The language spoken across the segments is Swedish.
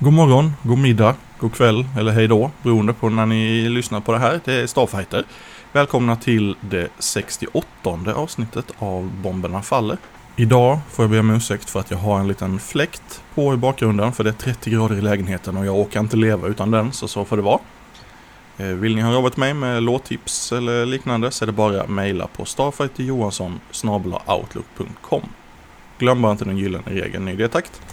God morgon, god middag, god kväll eller hej då, beroende på när ni lyssnar på det här. Det är Starfighter. Välkomna till det 68:e avsnittet av Bomberna faller. Idag får jag be om ursäkt för att jag har en liten fläkt på i bakgrunden, för det är 30 grader i lägenheten och jag orkar inte leva utan den, så får det vara. Vill ni höra av mig med låttips eller liknande så är det bara att mejla på starfighterjohansson@outlook.com. Glöm bara inte den gyllene regeln i det takt.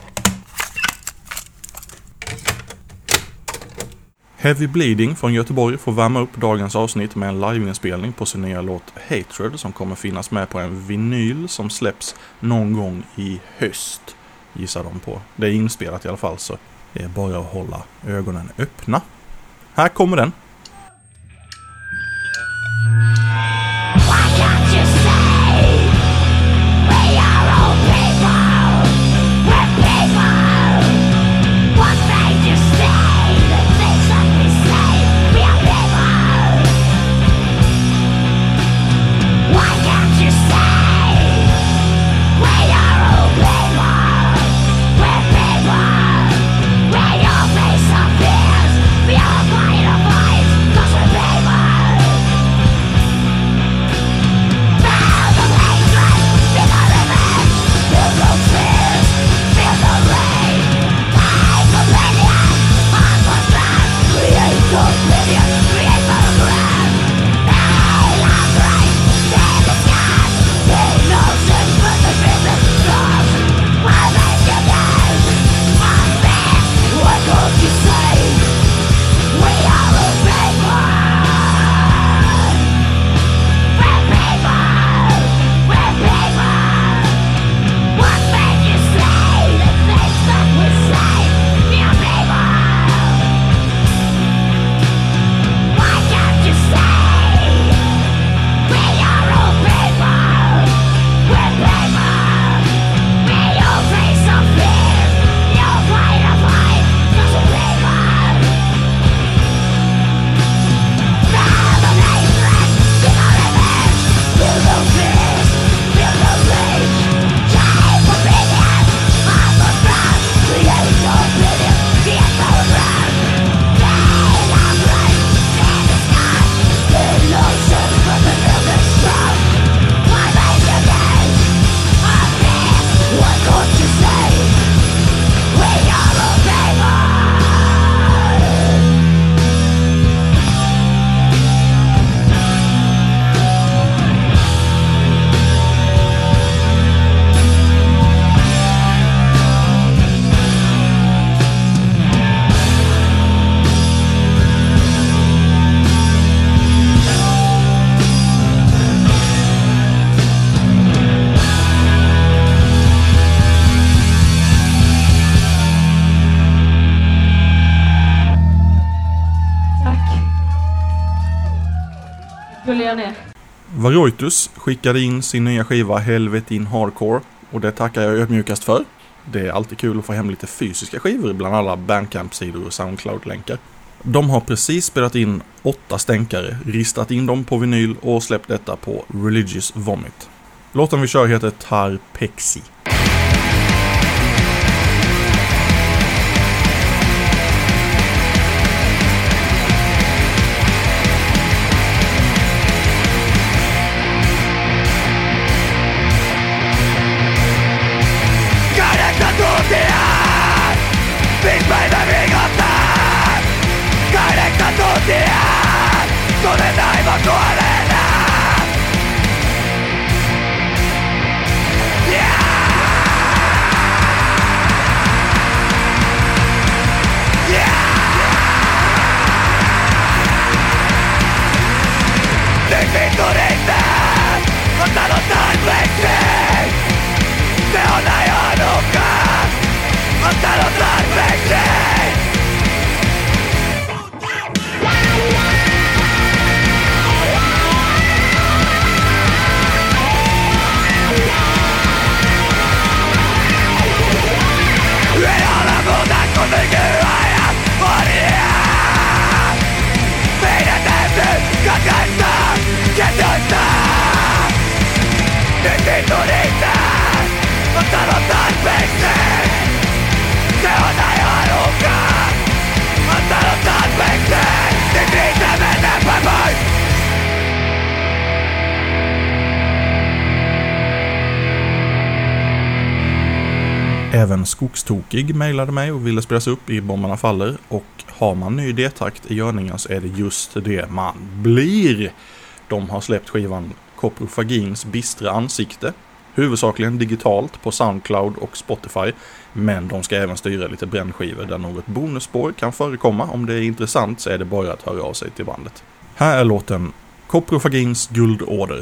Heavy Bleeding från Göteborg får värma upp dagens avsnitt med en liveinspelning på sin nya låt Hatred som kommer finnas med på en vinyl som släpps någon gång i höst, gissar de på. Det är inspelat i alla fall, så det är bara att hålla ögonen öppna. Här kommer den. Varioitus skickade in sin nya skiva Helvet in Hardcore och det tackar jag ödmjukast för. Det är alltid kul att få hem lite fysiska skivor bland alla Bandcamp-sidor och Soundcloud-länkar. De har precis spelat in 8 stänkare, ristat in dem på vinyl och släppt detta på Religious Vomit. Låten vi kör heter Tarpexi. Ottanut tarpeeksi, se on ajanut. Även Skogstokig mejlade mig och ville spelas upp i Bomberna faller, och har man ny D-takt i görningen så är det just det man blir. De har släppt skivan Koprofagins bistra ansikte, huvudsakligen digitalt på Soundcloud och Spotify, men de ska även styra lite brännskivor där något bonusspår kan förekomma. Om det är intressant så är det bara att höra av sig till bandet. Här är låten Koprofagins guldorder.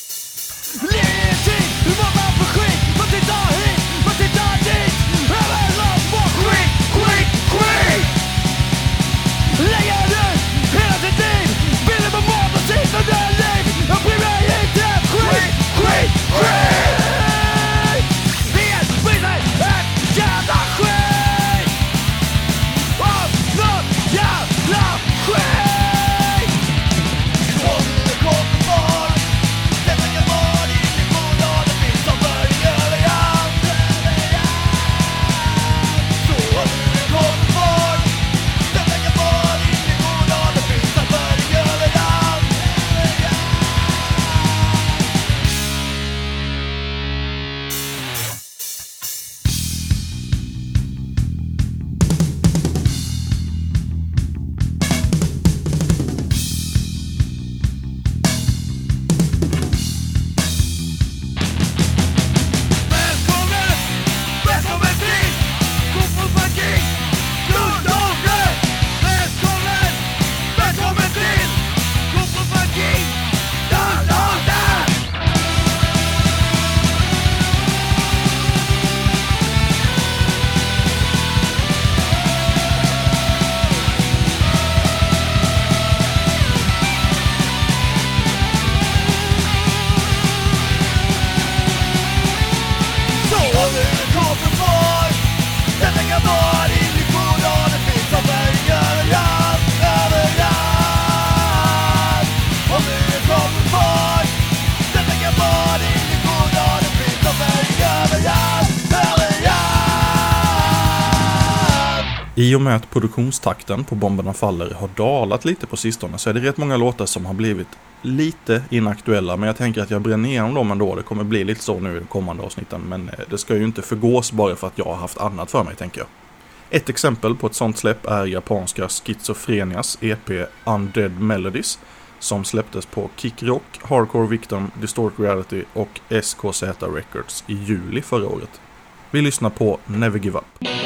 I och med att produktionstakten på Bomberna faller har dalat lite på sistone så är det rätt många låtar som har blivit lite inaktuella, men jag tänker att jag bränner igenom dem ändå. Det kommer bli lite så nu i de kommande avsnitten, men det ska ju inte förgås bara för att jag har haft annat för mig, tänker jag. Ett exempel på ett sånt släpp är japanska Schizophrenias EP Undead Melodies, som släpptes på Kick Rock, Hardcore Victim, Distort Reality och SKZ Records i juli förra året. Vi lyssnar på Never Give Up.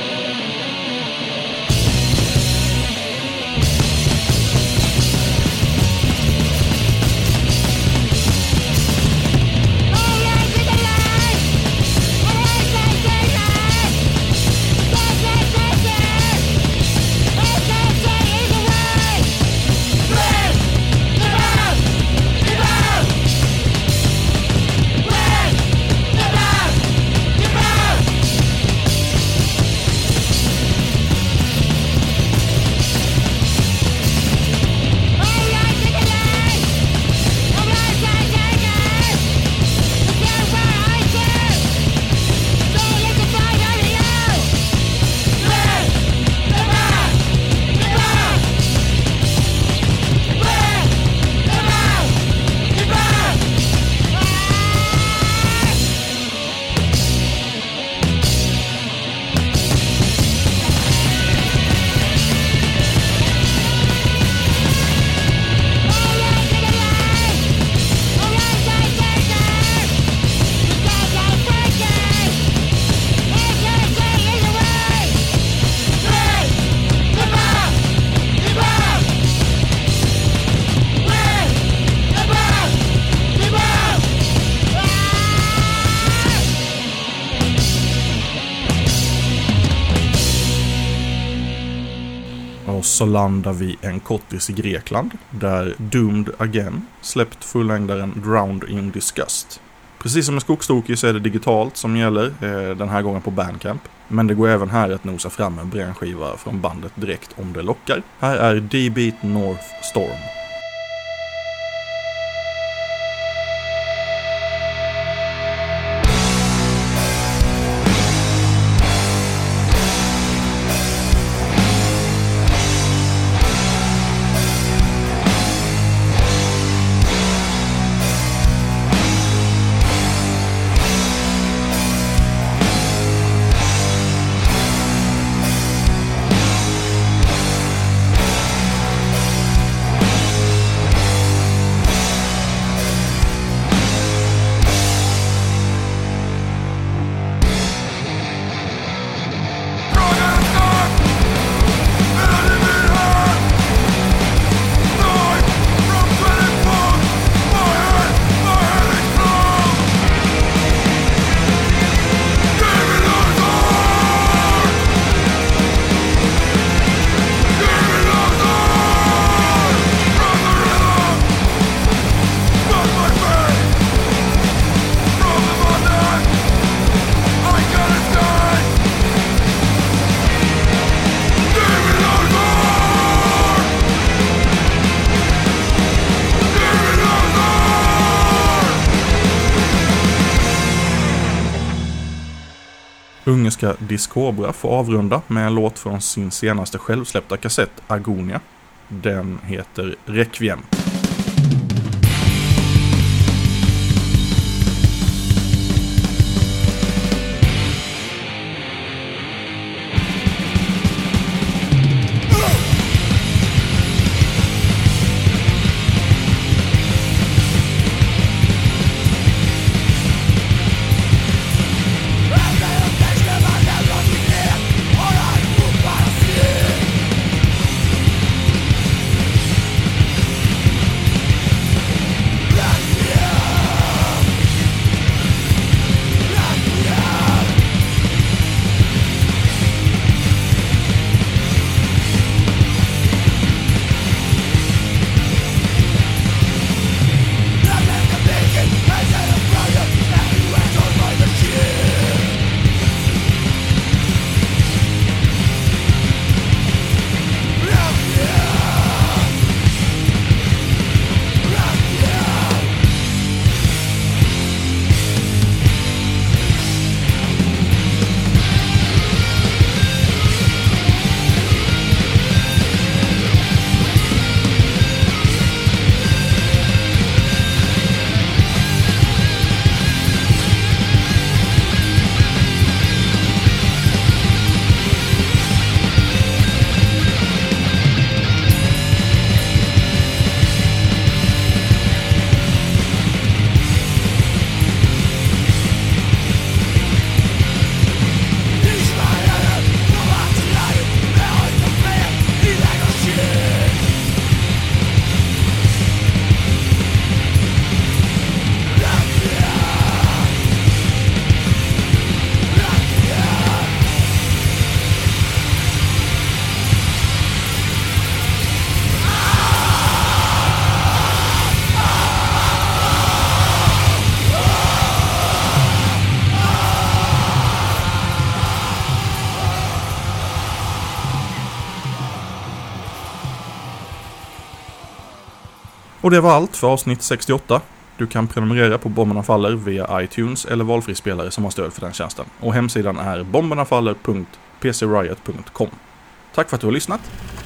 Och så landar vi en kortis i Grekland, där Doomed Again släppt fullängdaren Drowned in Disgust. Precis som med Skogstokig så är det digitalt som gäller, den här gången på Bandcamp. Men det går även här att nosa fram en brännskiva från bandet direkt om det lockar. Här är D-Beat North Storm. Ungerska Discobra får avrunda med en låt från sin senaste självsläppta kassett Agonia. Den heter Requiem. Och det var allt för avsnitt 68. Du kan prenumerera på Bomberna Faller via iTunes eller valfri spelare som har stöd för den tjänsten. Och hemsidan är bombernafaller.pcriot.com. Tack för att du har lyssnat.